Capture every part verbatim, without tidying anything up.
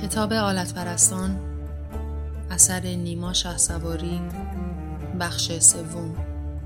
کتاب آلت پرستان، اثر نیما شهسواری، بخش سوم.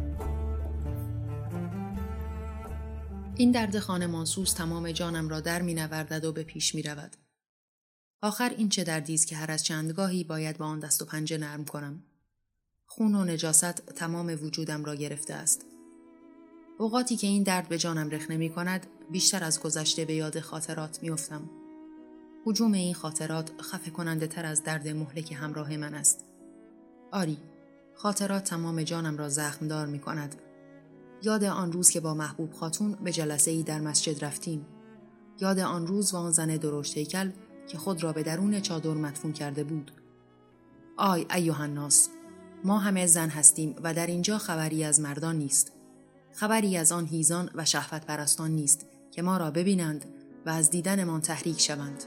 این درد خانمانسوز تمام جانم را در می نوردد و به پیش می رود. آخر این چه دردی است که هر از چندگاهی باید با آن دست و پنجه نرم کنم. خون و نجاست تمام وجودم را گرفته است. اوقاتی که این درد به جانم رخنه می کند، بیشتر از گذشته به یاد خاطرات می افتم. هجوم این خاطرات خفه کننده تر از درد مهلک همراه من است. آری، خاطرات تمام جانم را زخمدار می کند. یاد آن روز که با محبوب خاتون به جلسه ای در مسجد رفتیم. یاد آن روز و آن زن درشت هیکل که خود را به درون چادر مدفون کرده بود. آی ایها الناس، ما همه زن هستیم و در اینجا خبری از مردان نیست. خبری از آن هیزان و شهوت پرستان نیست که ما را ببینند و از دیدنمان تحریک شوند.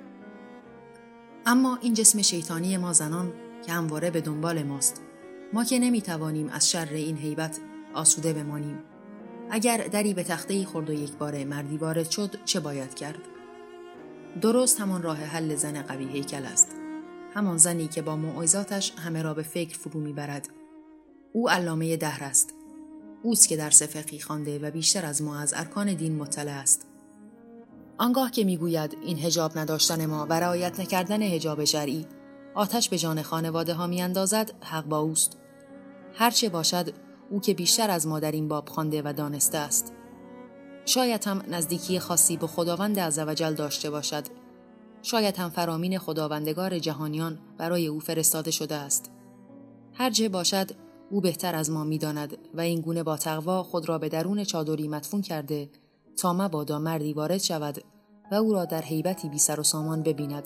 اما این جسم شیطانی ما زنان که همواره به دنبال ماست، ما که نمیتوانیم از شر این هیبت آسوده بمانیم. اگر دری به تخته‌ای خورد و یک باره مردی وارد شد، چه باید کرد؟ درست همان راه حل زن قوی هیکل است. همان زنی که با موعظاتش همه را به فکر فرو میبرد. او علامه دهر است. اوست که درس فقهی خوانده و بیشتر از ما از ارکان دین مطلع است. آنگاه که میگوید این حجاب نداشتن ما و رعایت نکردن حجاب شرعی آتش به جان خانواده ها میاندازد، حق با اوست. هرچه باشد، او که بیشتر از ما در این باب خوانده و دانسته است. شاید هم نزدیکی خاصی به خداوند عزوجل داشته باشد. شاید هم فرامین خداوندگار جهانیان برای او فرستاده شده است. هرچه باشد، او بهتر از ما میداند و این گونه با تقوا خود را به درون چادری مدفون کرده تا مبادا مردی وارد شود و او را در هیبتی بی سر و سامان ببیند.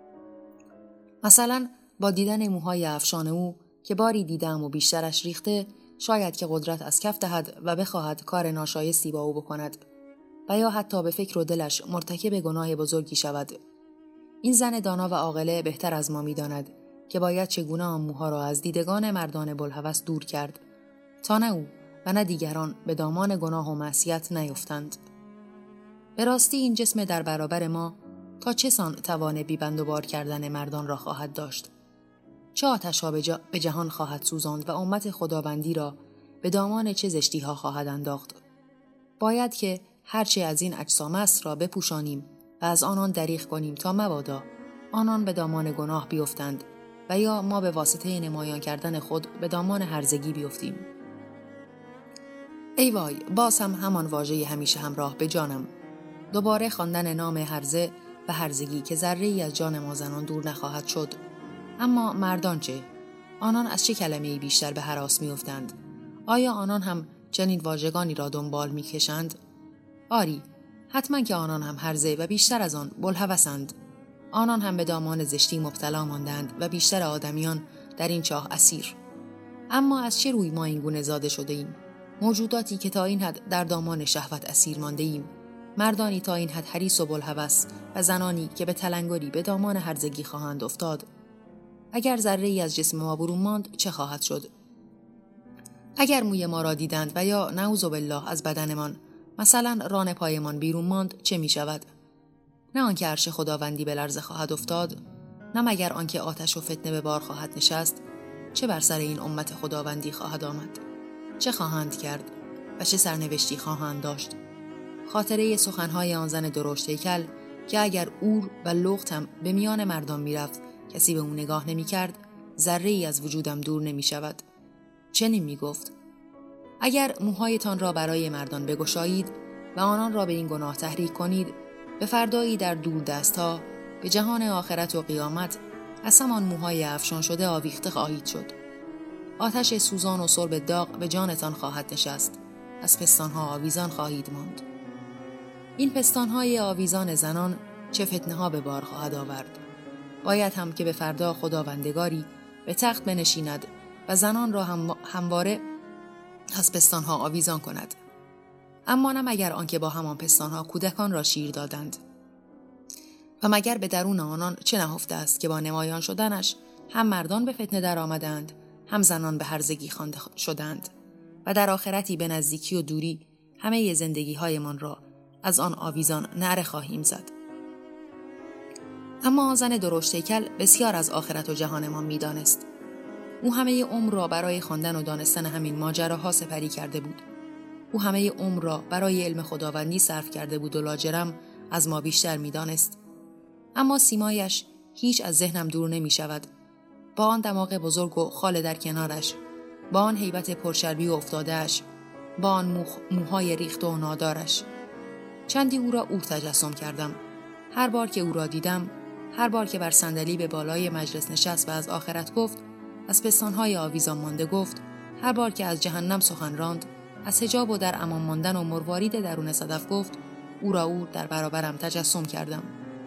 مثلا با دیدن موهای افشان او که باری دیدم و بیشترش ریخته، شاید که قدرت از کف دهد و بخواهد کار ناشایستی با او بکند و یا حتی به فکر و دلش مرتکب گناه بزرگی شود. این زن دانا و عاقله بهتر از ما میداند که باید چگونه آن موها را از دیدگان مردان بوالهوس دور کرد تا نه او و نه دیگران به دامان گناه و معصیت نیفتند. به راستی این جسم در برابر ما تا چه سان توان بیبند و بار کردن مردان را خواهد داشت؟ چه آتش ها به, جا به جهان خواهد سوزاند و امت خداوندی را به دامان چه زشتی ها خواهد انداخت؟ باید که هرچه از این اجسام است را بپوشانیم و از آنان دریغ کنیم تا مبادا آنان به دامان گناه بیفتند و یا ما به واسطه نمایان کردن خود به دامان هرزگی بیفتیم. ای وای، باز هم همان واژه همیشه همراه به جانم. دوباره خواندن نام هرزه و هرزگی که ذره ای از جان ما زنان دور نخواهد شد. اما مردان چه؟ آنان از چه کلمه‌ای بیشتر به هراس می‌افتند؟ آیا آنان هم چنین واژگانی را دنبال می‌کشند؟ آری، حتما که آنان هم هرزه و بیشتر از آن بوالهوسند. آنان هم به دامان زشتی مبتلا ماندند و بیشتر آدمیان در این چاه اسیر. اما از چه روی ما این گونه زاده شده ایم؟ موجوداتی که تا این حد در دامان شهوت اسیر مانده ایم. مردانی تا این حد حریص و بوالهوس و زنانی که به تلنگری به دامان هرزگی خواهند افتاد. اگر ذره ای از جسم ما برون ماند، چه خواهد شد؟ اگر موی ما را دیدند و یا نعوذ بالله از بدنمان، مثلا ران پایمان بیرون ماند، چه می شود؟ نه آنکه عرش خداوندی به لرزه خواهد افتاد، نه مگر آنکه آتش و فتنه به بار خواهد نشست. چه بر سر این امت خداوندی خواهد آمد؟ چه خواهند کرد و چه سرنوشتی خواهند داشت؟ خاطره سخنهای آن زن درشت هیکل که اگر اور و لخت هم به میان مردان میرفت کسی به او نگاه نمی کرد، ذره ای از وجودم دور نمی شود. چنین می گفت: اگر موهایتان را برای مردان بگشایید و آنان را به این گناه تحریک کنید، به فردایی در دور دستها به جهان آخرت و قیامت از همان موهای افشان شده آویخته خواهید شد. آتش سوزان و سرب داغ به جانتان خواهد نشست. از پستانها آویزان خواهید ماند. این پستانهای آویزان زنان چه فتنه ها به بار خواهد آورد. باید هم که به فردا خداوندگاری به تخت بنشیند و زنان را هم همواره از پستانها آویزان کند. اما نه مگر آنکه با همان پستانها کودکان را شیر دادند. و مگر به درون آنان چه نهفته است که با نمایان شدنش هم مردان به فتنه در آمدند، هم زنان به هرزگی خوانده شدند و در آخرتی به نزدیکی و دوری همه زندگی های من را از آن آویزان نعره خواهیم زد. اما زن درشت هیکل بسیار از آخرت و جهانمان می‌دانست. او همه عمر را برای خواندن و دانستن همین ماجراها سپری کرده بود. او همه عمر را برای علم خداوندی صرف کرده بود و لاجرم از ما بیشتر می‌دانست. اما سیمایش هیچ از ذهنم دور نمی‌شود. با آن دماغ بزرگ و خال در کنارش، با آن هیبت پرچربی و افتاده‌اش، با آن موخ، موهای ریخته و نادارش. چندی او را اور تجسم کردم. هر بار که او را دیدم، هر بار که بر صندلی به بالای مجلس نشست و از آخرت گفت، از پستانهای آویزان مانده گفت، هر بار که از جهنم سخن راند، از حجاب و در امان ماندن و مروارید درون صدف گفت، او را او در برابرم تجسم کردم.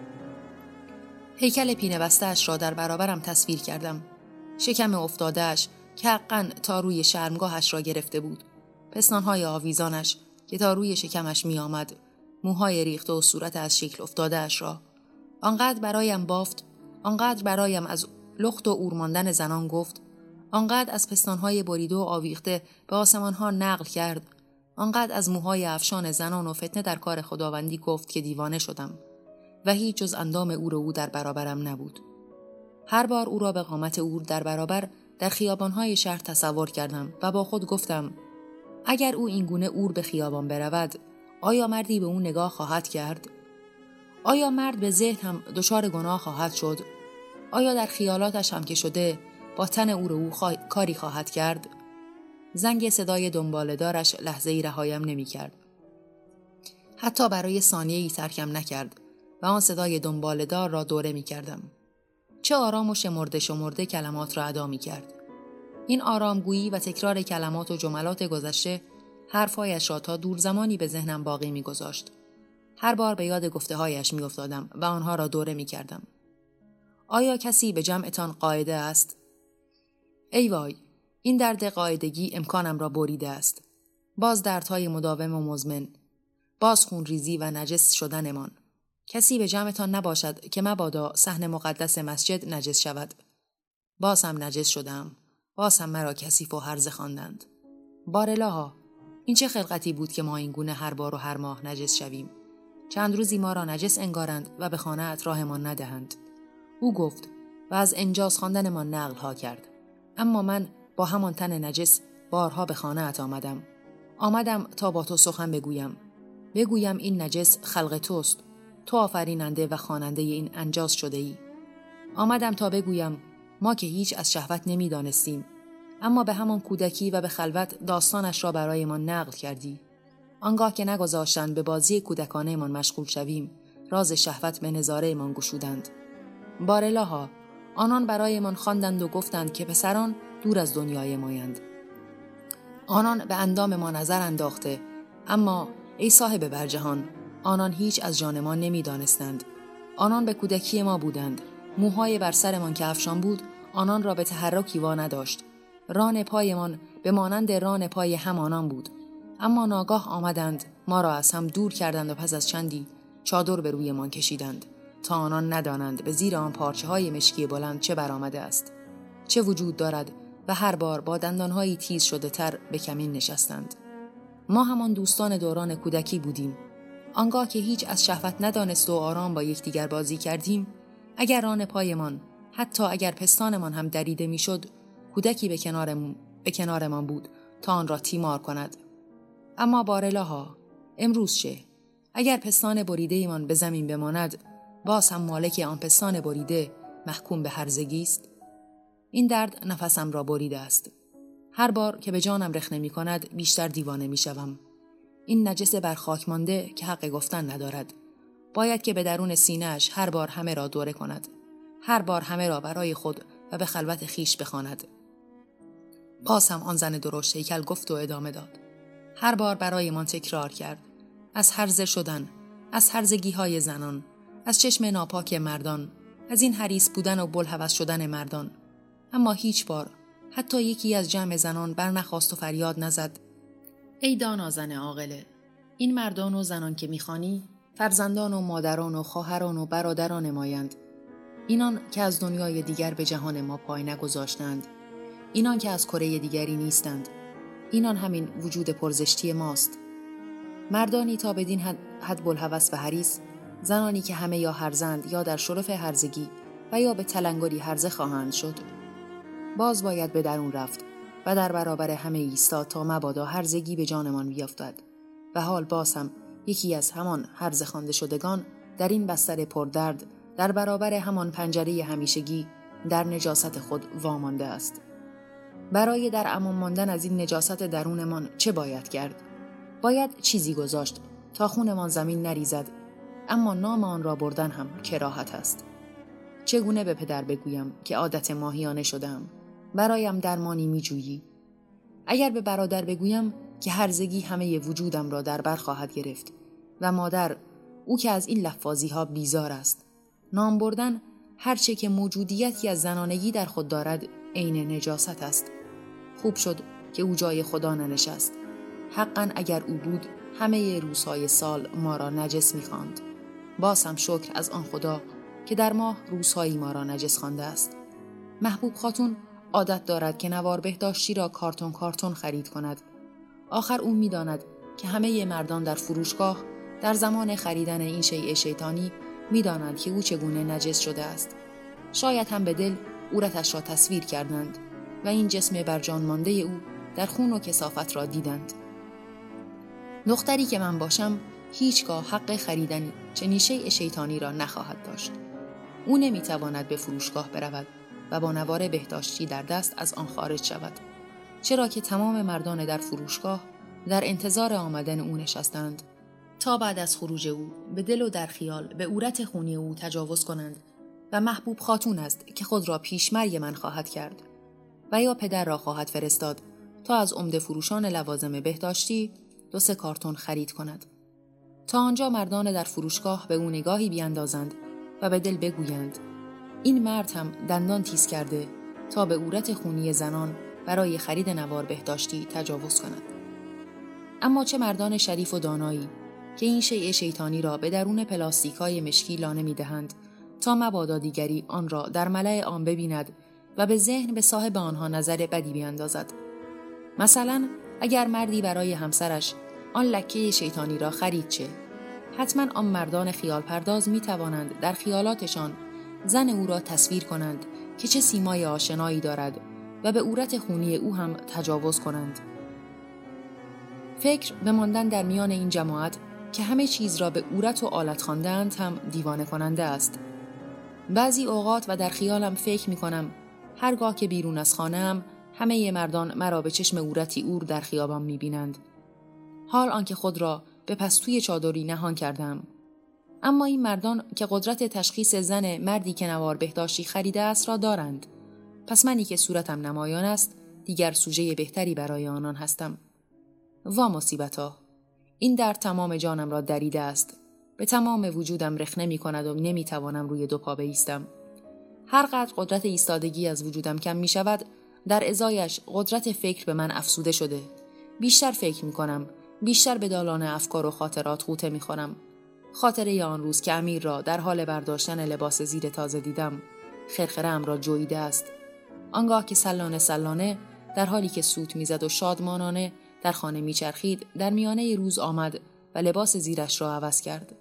هیکل پینه بسته‌اش را در برابرم تصویر کردم. شکم افتاده‌اش که حقاً تا روی شرمگاهش را گرفته بود. پستانهای آویزانش که تا روی شکمش می آمد. موهای ریخته و صورت از شکل افتاده‌اش را. آنقدر برایم بافت، آنقدر برایم از لخت و اور ماندن زنان گفت، آنقدر از پستانهای بریده و آویخته به آسمانها نقل کرد، آنقدر از موهای افشان زنان و فتنه در کار خداوندی گفت که دیوانه شدم و هیچ جز اندام اور او در برابرم نبود. هر بار او را به قامت اور در برابر در خیابانهای شهر تصور کردم و با خود گفتم اگر او اینگونه اور به خیابان برود، آیا مردی به او نگاه خواهد کرد؟ آیا مرد به ذهن هم دچار گناه خواهد شد؟ آیا در خیالاتش هم که شده با تن اور او خوا... کاری خواهد کرد؟ زنگ صدای دنباله‌دارش لحظه‌ای رهایم نمی کرد. حتی برای ثانیه‌ای ترکم نکرد و آن صدای دنباله‌دار را دوره می کردم. چه آرام و شمرده شمرده کلمات را ادا می کرد. این آرامگویی و تکرار کلمات و جملات گذشته حرفایش را تا دور زمانی به ذهنم باقی می گذاشت. هر بار به یاد گفته هایش می افتادم و آنها را دوره می کردم. آیا کسی به جمعتان قاعده است؟ ای وای، این درد قاعدگی امکانم را بریده است. باز دردهای مداوم و مزمن. باز خونریزی و نجس شدنمان. کسی به جمعتان نباشد که مبادا صحن مقدس مسجد نجس شود. باز هم نجس شدم. باز هم مرا کثیف و هرزه خواندند. بارالها، این چه خلقتی بود که ما این گونه هر بار و هر ماه نجس شویم؟ چند روزی ما را نجس انگارند و به خانه‌ات راهمان ندهند. او گفت و از انجاز خواندنمان نقل ها کرد. اما من با همان تن نجس بارها به خانه‌ات آمدم. آمدم تا با تو سخن بگویم. بگویم این نجس خلق توست. تو آفریننده و خواننده این انجاز شده ای. آمدم تا بگویم ما که هیچ از شهوت نمی دانستیم، اما به همان کودکی و به خلوت داستانش را برای ما نقل کردی. آنگاه که نگذاشتند به بازی کودکانه من مشغول شویم، راز شهوت به نظاره من گشودند. بارالها، آنان برای من خواندند و گفتند که پسران دور از دنیای مایند. آنان به اندام ما نظر انداخته، اما ای صاحب برجهان، آنان هیچ از جان ما نمی دانستند. آنان به کودکی ما بودند. موهای بر سرمان که افشان بود، آنان را به تحرکی وا نداشت. ران پایمان به مانند ران پای همانان بود. اما ناگاه آمدند، ما را از هم دور کردند و پس از چندی چادر به روی ما کشیدند تا آنان ندانند به زیر آن پارچه های مشکی بلند چه برآمده است، چه وجود دارد و هر بار با دندانهایی تیز شده تر به کمین نشستند. ما همان دوستان دوران کودکی بودیم. آنگاه که هیچ از شهوت ندانست و آرام با یکدیگر بازی کردیم، اگر ران پایمان، حتی اگر پستانمان هم دریده میشد، کودکی به کنارمان به کنارمان بود تا آن را تیمار کند. اما بارالها، امروز چه؟ اگر پستان بریده ایمان به زمین بماند، باز هم مالک آن پستان بریده محکوم به هرزگی است. این درد نفسم را بریده است. هر بار که به جانم رخنه می کند بیشتر دیوانه می شوم. این نجس بر خاک مانده که حق گفتن ندارد. باید که به درون سینه‌اش هر بار همه را دوره کند. هر بار همه را برای خود و به خلوت خیش بخواند. باز هم آن زن درشت هیکل گفت و ادامه داد. هر بار برای من تکرار کرد. از هرزه شدن، از هرزگی های زنان، از چشم ناپاک مردان، از این حریص بودن و بلهوس شدن مردان. اما هیچ بار حتی یکی از جمع زنان برنخواست و فریاد نزد. ای دانا زن عاقله، این مردان و زنان که میخوانی فرزندان و مادران و خواهران و برادران مایند. اینان که از دنیای دیگر به جهان ما پای نگذاشتند، اینان که از کره دیگری نیستند، اینان همین وجود پرزشتی ماست. مردانی تا بدین حد, حد بلهوس و حریص زنانی که همه یا هرزند یا در شرف هرزگی و یا به تلنگری هرزه خواهند شد. باز باید به درون رفت و در برابر همه ایستاد تا مبادا هرزگی به جانمان بیفتد. و حال باز هم یکی از همان هرزه خوانده شدگان در این بستر پردرد در برابر همان پنجره همیشگی در نجاست خود وامانده است. برای در امان ماندن از این نجاست درونمان چه باید کرد؟ باید چیزی گذاشت تا خونمان زمین نریزد، اما نام آن را بردن هم کراهت است. چگونه به پدر بگویم که عادت ماهیانه شدم؟ برایم درمانی می جویی؟ اگر به برادر بگویم که هرزگی همه وجودم را در بر خواهد گرفت و مادر، او که از این لفاظی ها بیزار است، نام بردن هرچه که موجودیتی از زنانگی در خود دارد عین نجاست است. خوب شد که او جای خدا ننشست. حقا اگر او بود همه روزهای سال ما را نجس می خواند. باز هم شکر از آن خدا که در ماه روزهایی ما را نجس خوانده است. محبوب خاتون عادت دارد که نوار بهداشتی را کارتون کارتون خرید کند. آخر او می داند که همه مردان در فروشگاه در زمان خریدن این شیء شیطانی می دانند که او چگونه نجس شده است. شاید هم به دل عورتش را تصویر کردند و این جسم برجان مانده او در خون و کثافت را دیدند. دختری که من باشم هیچگاه حق خریدن چنین شیء شیطانی را نخواهد داشت. او نمیتواند به فروشگاه برود و با نوار بهداشتی در دست از آن خارج شود، چرا که تمام مردان در فروشگاه در انتظار آمدن او نشستند تا بعد از خروج او به دل و در خیال به عورت خونی او تجاوز کنند و محبوب خاتون است که خود را پیشمرگ من خواهد کرد و یا پدر را خواهد فرستاد تا از عمده فروشان لوازم بهداشتی دو سه کارتون خرید کند. تا آنجا مردان در فروشگاه به او نگاهی بیاندازند و به دل بگویند این مرد هم دندان تیز کرده تا به عورت خونی زنان برای خرید نوار بهداشتی تجاوز کند. اما چه مردان شریف و دانایی که این شیء شیطانی را به درون پلاستیک‌های مشکی لانه می‌دهند تا مبادا دیگری آن را در ملأ عام ببیند و به ذهن به صاحب آنها نظر بدی بیاندازد. مثلا اگر مردی برای همسرش آن لکه شیطانی را خرید چه؟ حتما آن مردان خیال پرداز می توانند در خیالاتشان زن او را تصویر کنند که چه سیمای آشنایی دارد و به عورت خونی او هم تجاوز کنند. فکر به ماندن در میان این جماعت که همه چیز را به عورت و آلت خواندند هم دیوانه کننده است. بعضی اوقات و در خیالم فکر می کنم هرگاه که بیرون از خانه‌ام همه مردان مرا به چشم عورتی اور در خیابان می بینند. حال آنکه خود را به پستوی چادری نهان کردم. اما این مردان که قدرت تشخیص زن مردی که نوار بهداشتی خریده است را دارند. پس منی که صورتم نمایان است دیگر سوژه بهتری برای آنان هستم. وا مصیبتا، این درد تمام جانم را دریده است. به تمام وجودم رخنه می کند و نمی توانم روی دو پا بایستم. هر قدر قدرت ایستادگی از وجودم کم می شود، در ازایش قدرت فکر به من افزوده شده. بیشتر فکر می کنم، بیشتر به دالان افکار و خاطرات غوطه می خورم. خاطره آن روز که امیر را در حال برداشتن لباس زیر تازه دیدم، خرخره‌ام را جویده است. آنگاه که سلانه سلانه در حالی که سوت میزد و شادمانانه در خانه میچرخید، در میانه روز آمد و لباس زیرش را عوض کرد.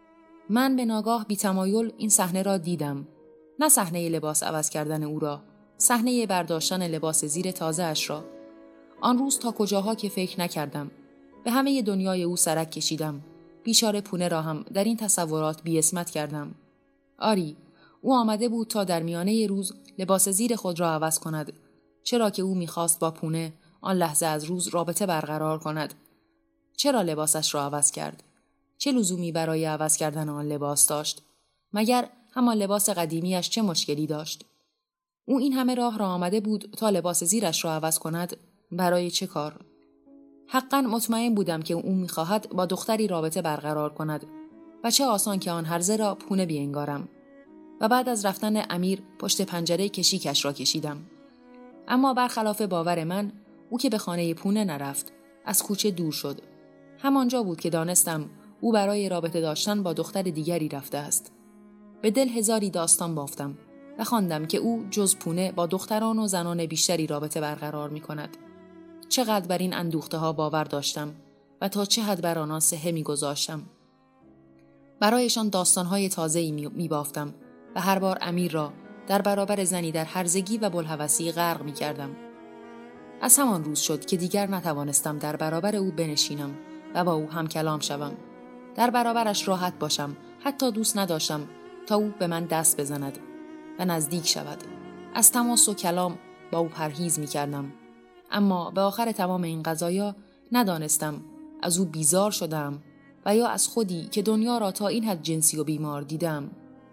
من به ناگاه بی تمایل این صحنه را دیدم. نه صحنه لباس عوض کردن او را، صحنه برداشتن لباس زیر تازه اش را. آن روز تا کجاها که فکر نکردم. به همه دنیای او سرک کشیدم. بیچاره پونه را هم در این تصورات بی اسمت کردم. آری، او آمده بود تا در میانه روز لباس زیر خود را عوض کند، چرا که او می‌خواست با پونه آن لحظه از روز رابطه برقرار کند. چرا لباسش را عوض کرد؟ چه لزومی برای عوض کردن آن لباس داشت؟ مگر همان لباس قدیمیش چه مشکلی داشت؟ او این همه راه را آمده بود تا لباس زیرش را عوض کند، برای چه کار؟ حقاً مطمئن بودم که او می‌خواهد با دختری رابطه برقرار کند و چه آسان که آن هرزه را پونه بینگارم. و بعد از رفتن امیر پشت پنجره کشیکش را کشیدم. اما برخلاف باور من، او که به خانه پونه نرفت، از کوچه دور شد. همانجا بود که دانستم او برای رابطه داشتن با دختر دیگری رفته است. به دل هزاری داستان بافتم و خواندم که او جز پونه با دختران و زنان بیشتری رابطه برقرار می کند. چقدر بر این اندوخته ها باور داشتم و تا چه حد بر آنها صحه می گذاشتم. برایشان داستانهای تازه‌ای می‌بافتم و هر بار امیر را در برابر زنی در هرزگی و بوالهوسی غرق می‌کردم. از همان روز شد که دیگر نتوانستم در برابر او بنشینم و با او هم کلام شوم. در برابرش راحت باشم. حتی دوست نداشتم تا او به من دست بزند و نزدیک شود. از تماس و کلام با او پرهیز می‌کردم. اما به آخر تمام این قضایا ندانستم از او بیزار شدم و یا از خودی که دنیا را تا این حد جنسی و بیمار دیدم.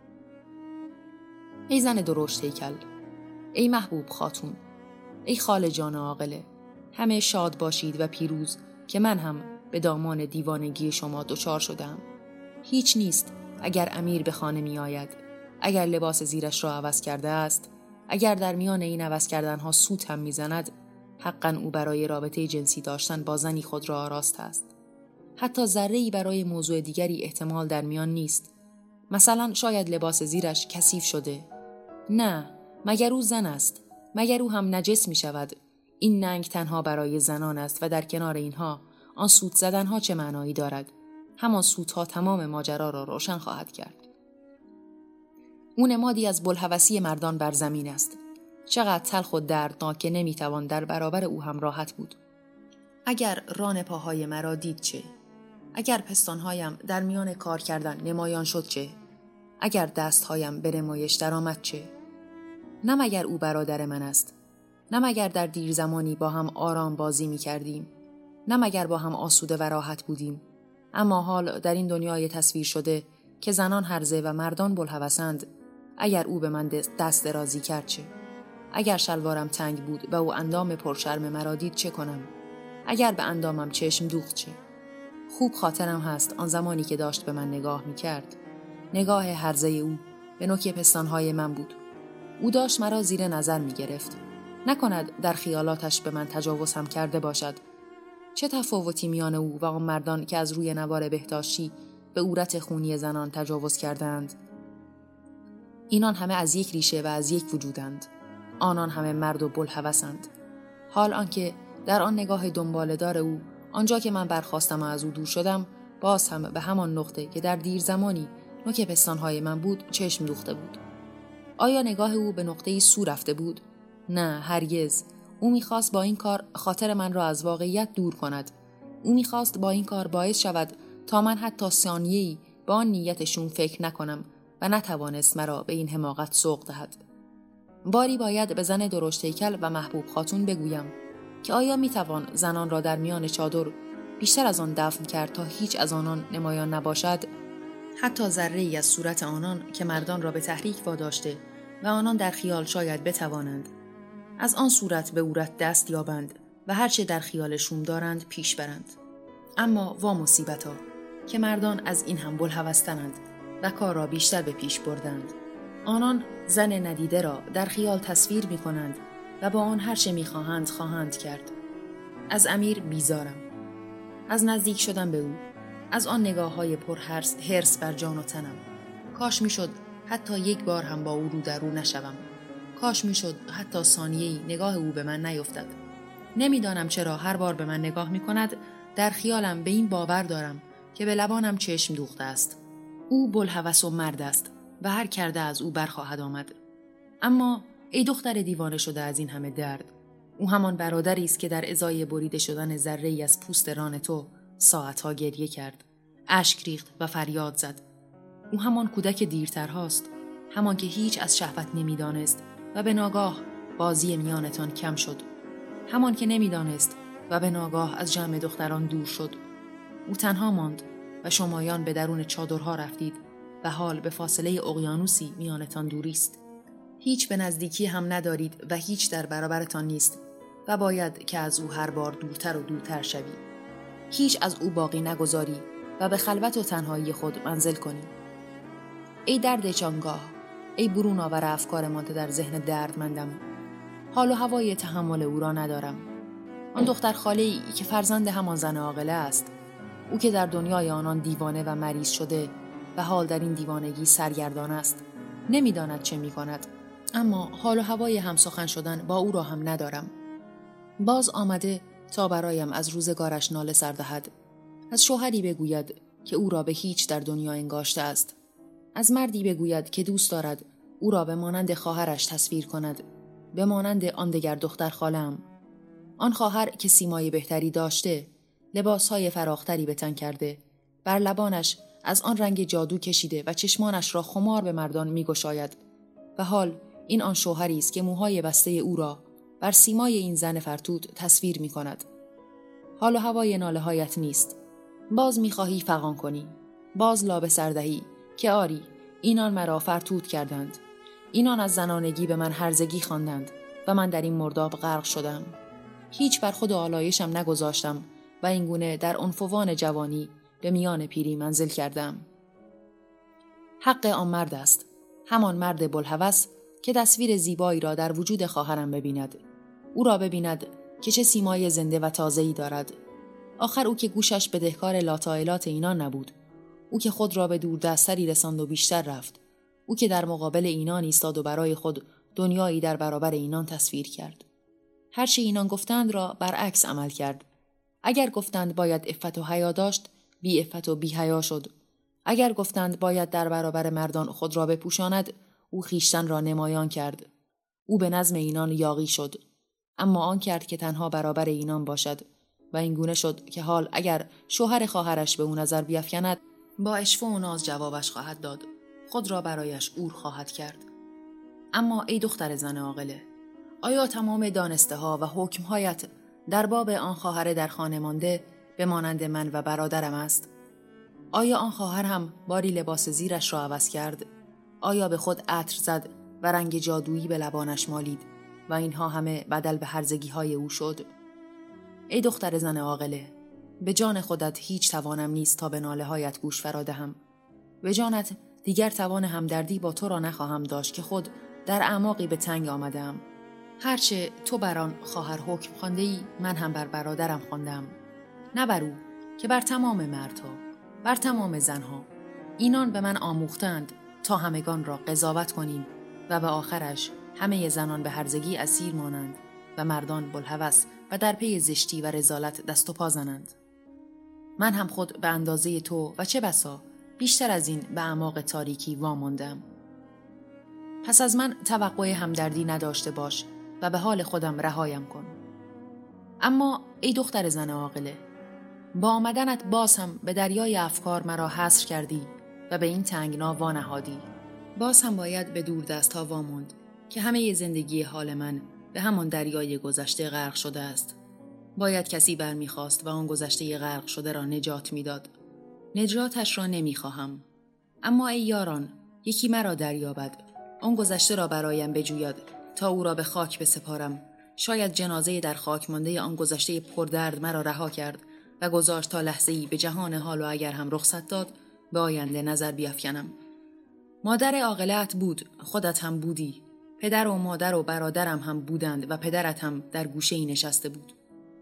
ای زن درشت هیکل، ای محبوب خاتون، ای خاله جان عاقله، همه شاد باشید و پیروز که من هم به دامان دیوانگی شما دچار شدم. هیچ نیست اگر امیر به خانه می آید، اگر لباس زیرش را عوض کرده است، اگر در میان این عوض کردنها سوت هم می زند، حقاً او برای رابطه جنسی داشتن با زنی خود را آراست است. حتی ذره‌ای برای موضوع دیگری احتمال در میان نیست. مثلا شاید لباس زیرش کثیف شده. نه، مگر او زن است؟ مگر او هم نجس می شود؟ این ننگ تنها برای زنان است و در کنار اینها آن سوت زدنها چه معنایی دارد؟ همان سوتها تمام ماجرا را روشن خواهد کرد. او نمادی از بوالهوسی مردان بر زمین است. چقدر تلخ و دردناک که نمیتوان در برابر او هم راحت بود. اگر ران پاهای مرا دید چه؟ اگر پستانهایم در میان کار کردن نمایان شد چه؟ اگر دستهایم به نمایش درآمد چه؟ نه مگر او برادر من است؟ نه مگر در دیر زمانی با هم آرام بازی می کردیم؟ نه مگر با هم آسوده و راحت بودیم؟ اما حال در این دنیای تصویر شده که زنان هرزه و مردان بوالهوسند، اگر او به من دست درازی کرد چه؟ اگر شلوارم تنگ بود و او اندام پرشرم مرا دید چه کنم؟ اگر به اندامم چشم دوخت چه؟ خوب خاطرم هست آن زمانی که داشت به من نگاه می کرد. نگاه هرزه او به نوک پستانهای من بود. او داشت مرا زیر نظر می گرفت. نکند در خیالاتش به من تجاوز هم کرده باشد. چه تفاوتی میان او و آن مردان که از روی نوار بهداشتی به عورت خونی زنان تجاوز کردند؟ اینان همه از یک ریشه و از یک وجودند. آنان همه مرد و بوالهوسند. حال آنکه در آن نگاه دنباله‌دار او، آنجا که من برخاستم و از او دور شدم، باز هم به همان نقطه که در دیر زمانی نوک پستانهای من بود چشم دوخته بود. آیا نگاه او به نقطه‌ای سو رفته بود؟ نه، هرگز. او می‌خواست با این کار خاطر من را از واقعیت دور کند. او می‌خواست با این کار باعث شود تا من حتی ثانیه‌ای با آن نیتشون فکر نکنم و نتوانست مرا به این حماقت سوق دهد. باری باید به زن درشت هیکل و محبوب خاتون بگویم که آیا میتوان زنان را در میان چادر بیشتر از آن دفن کرد تا هیچ از آنان نمایان نباشد؟ حتی ذره‌ای از صورت آنان که مردان را به تحریک واداشته و آنان در خیال شاید بتوانند از آن صورت به عورت دست یابند و هرچه در خیالشون دارند پیش برند. اما وا مصیبت‌ها که مردان از این هم بوالهوس‌ترند و کار را بیشتر به پیش بردند. آنان زن ندیده را در خیال تصویر می کنند و با آن هر چه می خواهند خواهند کرد. از امیر بیزارم. از نزدیک شدن به او. از آن نگاه های پر هرس هرس بر جان و تنم. کاش می شد حتی یک بار هم با او رو در رو نشوم. کاش می شد حتی ثانیه‌ای نگاه او به من نیفتد. نمیدانم چرا هر بار به من نگاه می کند در خیالم به این باور دارم که به لبانم چشم دوخته است. او بوالهوس و مرد است و هر کرده از او برخواهد آمد. اما ای دختر دیوانه شده از این همه درد، او همان برادری است که در ازای بریده شدن ذره‌ای از پوست ران تو ساعتها گریه کرد، اشک ریخت و فریاد زد. او همان کودک دیرتر هاست، همان که هیچ از شهوت نمیدانست و به ناگاه بازی میانتان کم شد، همان که نمیدانست و به ناگاه از جمع دختران دور شد. او تنها ماند و شمایان به درون چادرها رفتید و حال به فاصله اقیانوسی میانتان دوری است. هیچ به نزدیکی هم ندارید و هیچ در برابرتان نیست و باید که از او هر بار دورتر و دورتر شوی. هیچ از او باقی نگذاری و به خلوت و تنهایی خود منزل کنی. ای درد جانگاه، ای برون آور افکار مانده در ذهن دردمندم. حال و هوای تحمل او را ندارم. آن دختر خاله‌ای که فرزند همان زن عاقله است، او که در دنیای آنان دیوانه و مریض شده و حال در این دیوانگی سرگردان است، نمیداند چه میکند. اما حال و هوای همسخن شدن با او را هم ندارم. باز آمده تا برایم از روزگارش ناله سر دهد، از شوهری بگوید که او را به هیچ در دنیا انگاشته است. از مردی بگوید که دوست دارد او را به مانند خواهرش تصویر کند، به مانند آن دگر دختر خاله‌ام. آن خواهر که سیمای بهتری داشته، لباسهای فراختری به تن کرده، بر لبانش از آن رنگ جادو کشیده و چشمانش را خمار به مردان می‌گشاید. و حال این آن شوهری است که موهای بسته او را بر سیمای این زن فرتوت تصویر می‌کند. حال و هوای ناله‌هایت نیست. باز می‌خواهی فغان کنی. باز لابه سردهی که آری اینان مرا فرتوت کردند. اینان از زنانگی به من هرزگی خواندند و من در این مرداب غرق شدم. هیچ بر خود و آلایشم نگذاشتم و اینگونه در عنفوان جوانی به میان پیری منزل کردم. حق آن مرد است، همان مرد بوالهوس که تصویر زیبایی را در وجود خواهرم ببیند. او را ببیند که چه سیمای زنده و تازه‌ای دارد. آخر او که گوشش بدهکار لاتائلات اینان نبود. او که خود را به دوردستری رساند و بیشتر رفت. او که در مقابل اینان ایستاد و برای خود دنیایی در برابر اینان تصویر کرد. هر چه اینان گفتند را برعکس عمل کرد. اگر گفتند باید عفت و حیا داشت، بی عفت و بی حیا شد. اگر گفتند باید در برابر مردان خود را بپوشاند، او خویشتن را نمایان کرد. او به نظم اینان یاغی شد. اما آن کرد که تنها برابر اینان باشد و اینگونه شد که حال اگر شوهر خواهرش به او نظر بیفکند، با عشوه و ناز جوابش خواهد داد. خود را برایش اور خواهد کرد. اما ای دختر زن عاقله، آیا تمام دانسته ها و حکمهایت در باب آن خواهر در خانه مانده به مانند من و برادرم است؟ آیا آن خواهر هم باری لباس زیرش را عوض کرد؟ آیا به خود عطر زد و رنگ جادویی به لبانش مالید و اینها همه بدل به هرزگی های او شد؟ ای دختر زن عاقله، به جان خودت هیچ توانم نیست تا به ناله هایت گوش فرادهم. به جانت دیگر توان همدردی با تو را نخواهم داشت که خود در اعماقی به تنگ آمدم. هرچه تو بر آن خواهر حکم خوانده‌ای، من هم بر برادرم خواندم. نه بر او که بر تمام مردها، بر تمام زنها. اینان به من آموختند تا همگان را قضاوت کنیم و به آخرش همه زنان به هرزگی اسیر مانند و مردان بوالهوس و در پی زشتی و رذالت دست و پا زنند. من هم خود به اندازه تو و چه بسا بیشتر از این به اعماق تاریکی واماندم. پس از من توقع همدردی نداشته باش و به حال خودم رهایم کن. اما ای دختر زن عاقله، با آمدنت باز هم به دریای افکار مرا حصر کردی و به این تنگنا وانهادی. باز هم باید به دور دست ها واماند که همه زندگی حال من به همان دریای گذشته غرق شده است. باید کسی برمیخواست و آن گذشته غرق شده را نجات میداد. نجاتش را نمیخواهم. اما ای یاران، یکی مرا دریابد، آن گذشته را برایم بجوید تا او را به خاک بسپارم. شاید جنازه در خاک مانده آن گذشته پردرد مرا رها کرد و گذاشت تا لحظه‌ای به جهان حال و اگر هم رخصت داد به آینده نظر بیفکنم. مادر عاقله‌ات بود، خودت هم بودی. پدر و مادر و برادرم هم بودند و پدرت هم در گوشه‌ای نشسته بود.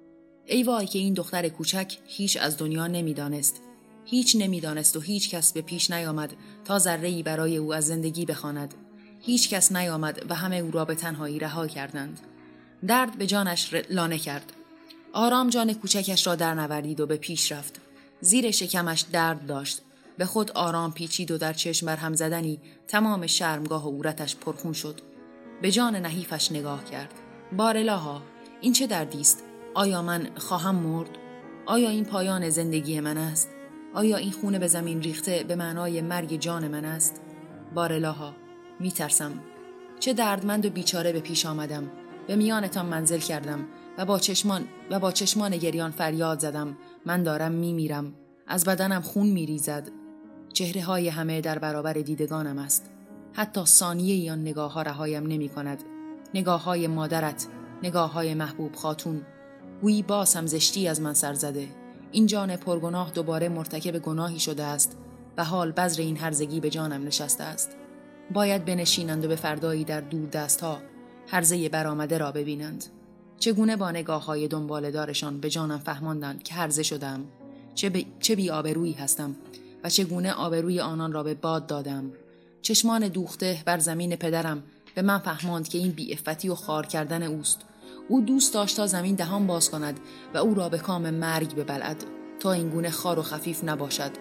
ای وای که این دختر کوچک هیچ از دنیا نمیدانست. هیچ نمیدانست و هیچ کس به پیش نیامد تا ذره‌ای برای او از زندگی بخواند. هیچ کس نیامد و همه او را به تنهایی رها کردند. درد به جانش لانه کرد. آرام جان کوچکش را در نوردید و به پیش رفت. زیر شکمش درد داشت. به خود آرام پیچید و در چشم برهم زدنی تمام شرمگاه و عورتش پرخون شد. به جان نحیفش نگاه کرد. بارالها، این چه دردی است؟ آیا من خواهم مرد؟ آیا این پایان زندگی من است؟ آیا این خون به زمین ریخته به معنای مرگ جان من است؟ بارالها، می ترسم. چه دردمند و بیچاره به پیش آمدم. به میانتان منزل کردم و با چشمان و با چشمان گریان فریاد زدم. من دارم می میرم. از بدنم خون می ریزد. چهره های همه در برابر دیدگانم است. حتی ثانیه ایان نگاه ها رهایم نمی کند. نگاه های مادرت، نگاه های محبوب خاتون. گویی باز هم زشتی از من سر زده. این جان پرگناه دوباره مرتکب گناهی شده است و حال بذر این هرزگی به جانم نشسته است. باید بنشینند و به فردایی در دور دست ها هرزه برآمده را ببینند. چگونه با نگاه های دنبال دارشان به جانم فهماندند که هرزه شدم، چه, ب... چه بی آبرویی هستم و چگونه آبروی آنان را به باد دادم. چشمان دوخته بر زمین پدرم به من فهماند که این بی عفتی و خار کردن اوست. او دوست داشت تا زمین دهان باز کند و او را به کام مرگ ببلعد تا اینگونه خار و خفیف نباشد.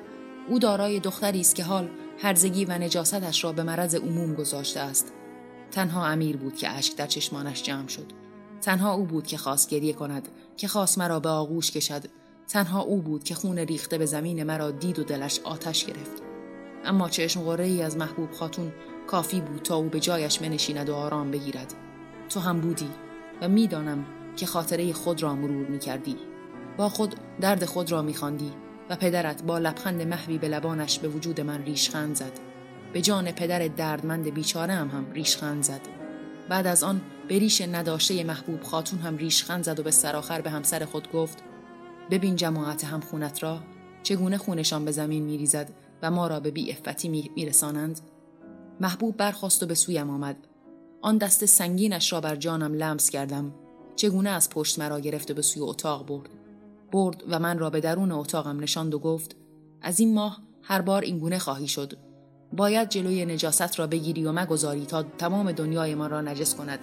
او دارای دختری است که حال هرزگی و نجاستش را به مرض عموم گذاشته است. تنها امیر بود که اشک در چشمانش جمع شد. تنها او بود که خواست گریه کند، که خواست مرا به آغوش کشد. تنها او بود که خون ریخته به زمین مرا دید و دلش آتش گرفت. اما چشم غره‌ای از محبوب خاتون کافی بود تا او به جایش بنشیند و آرام بگیرد. تو هم بودی و میدانم که خاطره خود را مرور می‌کردی. با خود درد خود را می‌خواندی و پدرت با لبخند محوی به لبانش به وجود من ریشخند زد. به جان پدر دردمند بیچاره هم هم ریشخند زد. بعد از آن به ریش نداشته محبوب خاتون هم ریشخند زد و به سرآخر به همسر خود گفت: ببین جماعت هم خونت را، چگونه خونشان به زمین می‌ریزد و ما را به بی عفتی می‌رسانند. محبوب برخاست و به سویم آمد. آن دست سنگینش را بر جانم لمس کردم. چگونه از پشت مرا گرفت و به سوی اتاق برد. برد و من را به درون اتاقم نشاند و گفت: از این ماه هر بار این گونه خواهی شد. باید جلوی نجاست را بگیری و مگذاری تا تمام دنیای ما را نجس کند.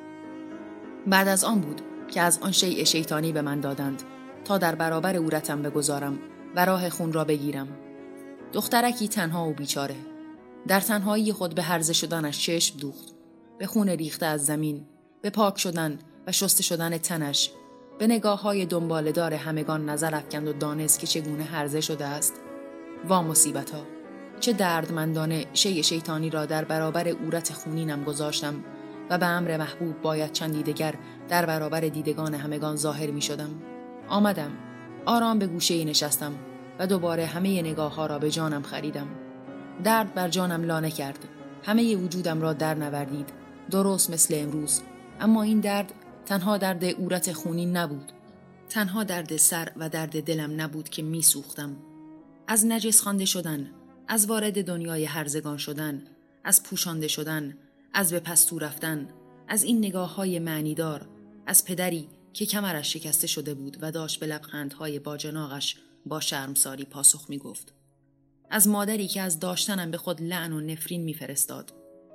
بعد از آن بود که از آن شیء شیطانی به من دادند تا در برابر عورتم بگذارم و راه خون را بگیرم. دخترکی تنها و بیچاره در تنهایی خود به هرزه شدنش چشم دوخت، به خون ریخته از زمین، به پاک شدن و شسته شدن تنش، به نگاه‌های دنباله‌دار همگان نظر افکند و دانست که چگونه هرزه شده است. وا مصیبت‌ها، چه دردمندانه شیء شیطانی را در برابر عورت خونینم گذاشتم و به امر محبوب باید چندی دگر در برابر دیدگان همگان ظاهر می شدم. آمدم، آرام به گوشه‌ای نشستم و دوباره همه نگاه‌ها را به جانم خریدم. درد بر جانم لانه کرد، همه وجودم را در نوردید، درست مثل امروز. اما این درد تنها درد عورت خونین نبود، تنها درد سر و درد دلم نبود که می سوختم. از نجس خوانده شدن، از وارد دنیای هرزگان شدن، از پوشانده شدن، از به پستو رفتن، از این نگاه‌های معنیدار، از پدری که کمرش شکسته شده بود و داشت به لبخندهای باجناقش با شرمساری پاسخ می گفت. از مادری که از داشتنم به خود لعن و نفرین می فرستاد.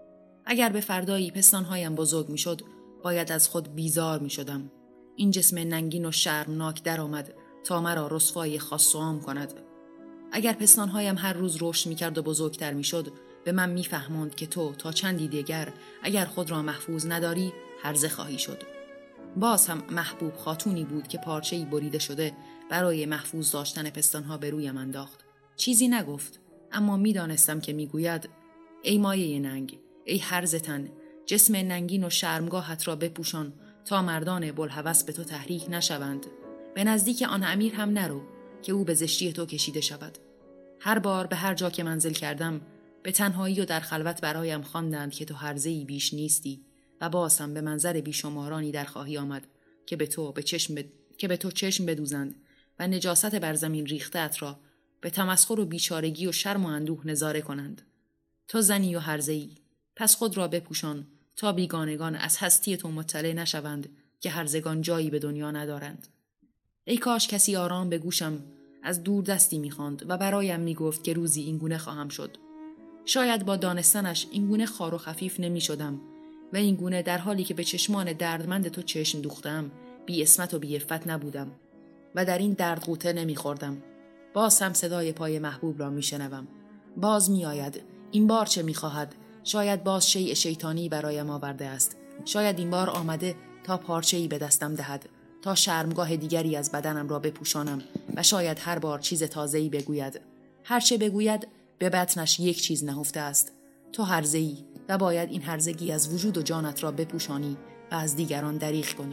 اگر به فردایی پستانهایم بزرگ می شد، باید از خود بیزار می شدم. این جسم ننگین و شرمناک در آمد تا مرا رسوای خاص و عام کند. اگر پستانهایم هر روز رشد می کرد و بزرگتر می شد، به من می فهماند که تو تا چندی دیگر اگر خود را محفوظ نداری، هرزه خواهی شد. باز هم محبوب خاتونی بود که پارچه‌ای بریده شده برای محفوظ داشتن پستانها به رویم انداخت. چیزی نگفت، اما می دانستم که می گوید: ای مایه ننگ، ای هرزه تن، جسم ننگین و شرمگاهت را بپوشان تا مردان بلهوس به تو تحریک نشوند. به نزدیک آن امیر هم نرو که او به زشتی تو کشیده شود. هر بار به هر جا که منزل کردم، به تنهایی و در خلوت برایم خواندند که تو هرزه‌ای بیش نیستی و باز هم به منظر بیشمارانی در خواهی آمد که به تو به چشم ب... که به تو چشم بدوزند و نجاست بر زمین ریخته‌ات را به تمسخر و بیچارگی و شرم و اندوه نظاره کنند. تو زنی و هرزه‌ای، پس خود را بپوشان تا بیگانگان از هستی تو مطلع نشوند که هرزگان جایی به دنیا ندارند. ای کاش کسی آرام به گوشم از دور دستی می‌خواند و برایم می‌گفت که روزی این گونه خواهم شد. شاید با دانستنش این گونه خار و خفیف نمی‌شدم و این گونه در حالی که به چشمان دردمند تو چشم دوختم بی اسمت و بی عفت نبودم و در این درد غوطه نمی‌خوردم. باز هم صدای پای محبوب را می‌شنوم. باز می‌آید. این بار چه می‌خواهد؟ شاید باز شیء شیطانی برایم آورده است. شاید این بار آمده تا پارچه‌ای به دستم دهد، تا شرمگاه دیگری از بدنم را بپوشانم و شاید هر بار چیز تازه‌ای بگوید. هر چه بگوید به بطنش یک چیز نهفته است. تو هرزه‌ای و باید این هرزگی از وجود و جانت را بپوشانی و از دیگران دریغ کنی.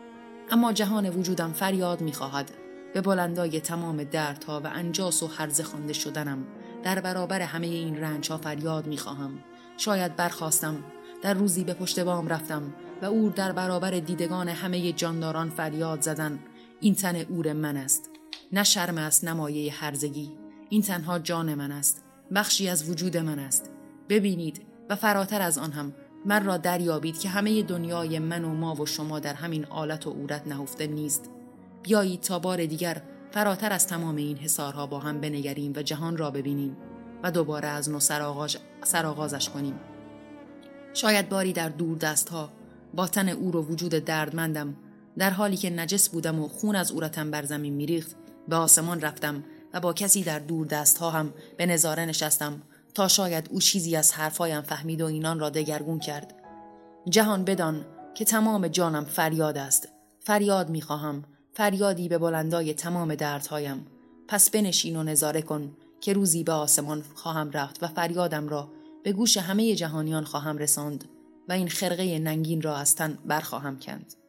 اما جهان وجودم فریاد می‌خواهد. به بلندای تمام دردها و انجاس و هرزه خوانده شدنم در برابر همه این رنج‌ها فریاد می‌خواهم. شاید برخاستم، در روزی به پشت بام رفتم و اور در برابر دیدگان همه جانداران فریاد زدن: این تن اور من است، نه شرم است، نه مایه هرزگی. این تنها جان من است، بخشی از وجود من است. ببینید و فراتر از آن هم من را دریابید که همه دنیای من و ما و شما در همین آلت و عورت نهفته نیست. بیایید تا بار دیگر فراتر از تمام این حصارها با هم بنگریم و جهان را ببینیم و دوباره از نو سرآغاز سرآغازش کنیم. شاید باری در دور دستها با تن اور و وجود دردمندم، در حالی که نجس بودم و خون از عورتم بر زمین میریخت، به آسمان رفتم و با کسی در دور دست ها هم به نظاره نشستم تا شاید او چیزی از حرفایم فهمید و اینان را دگرگون کرد. جهان بدان که تمام جانم فریاد است. فریاد می‌خواهم، فریادی به بلندای تمام دردهایم. پس بنشین و نظاره کن که روزی به آسمان خواهم رفت و فریادم را به گوش همه جهانیان خواهم رساند و این خرقه ننگین را از تن برخواهم کند.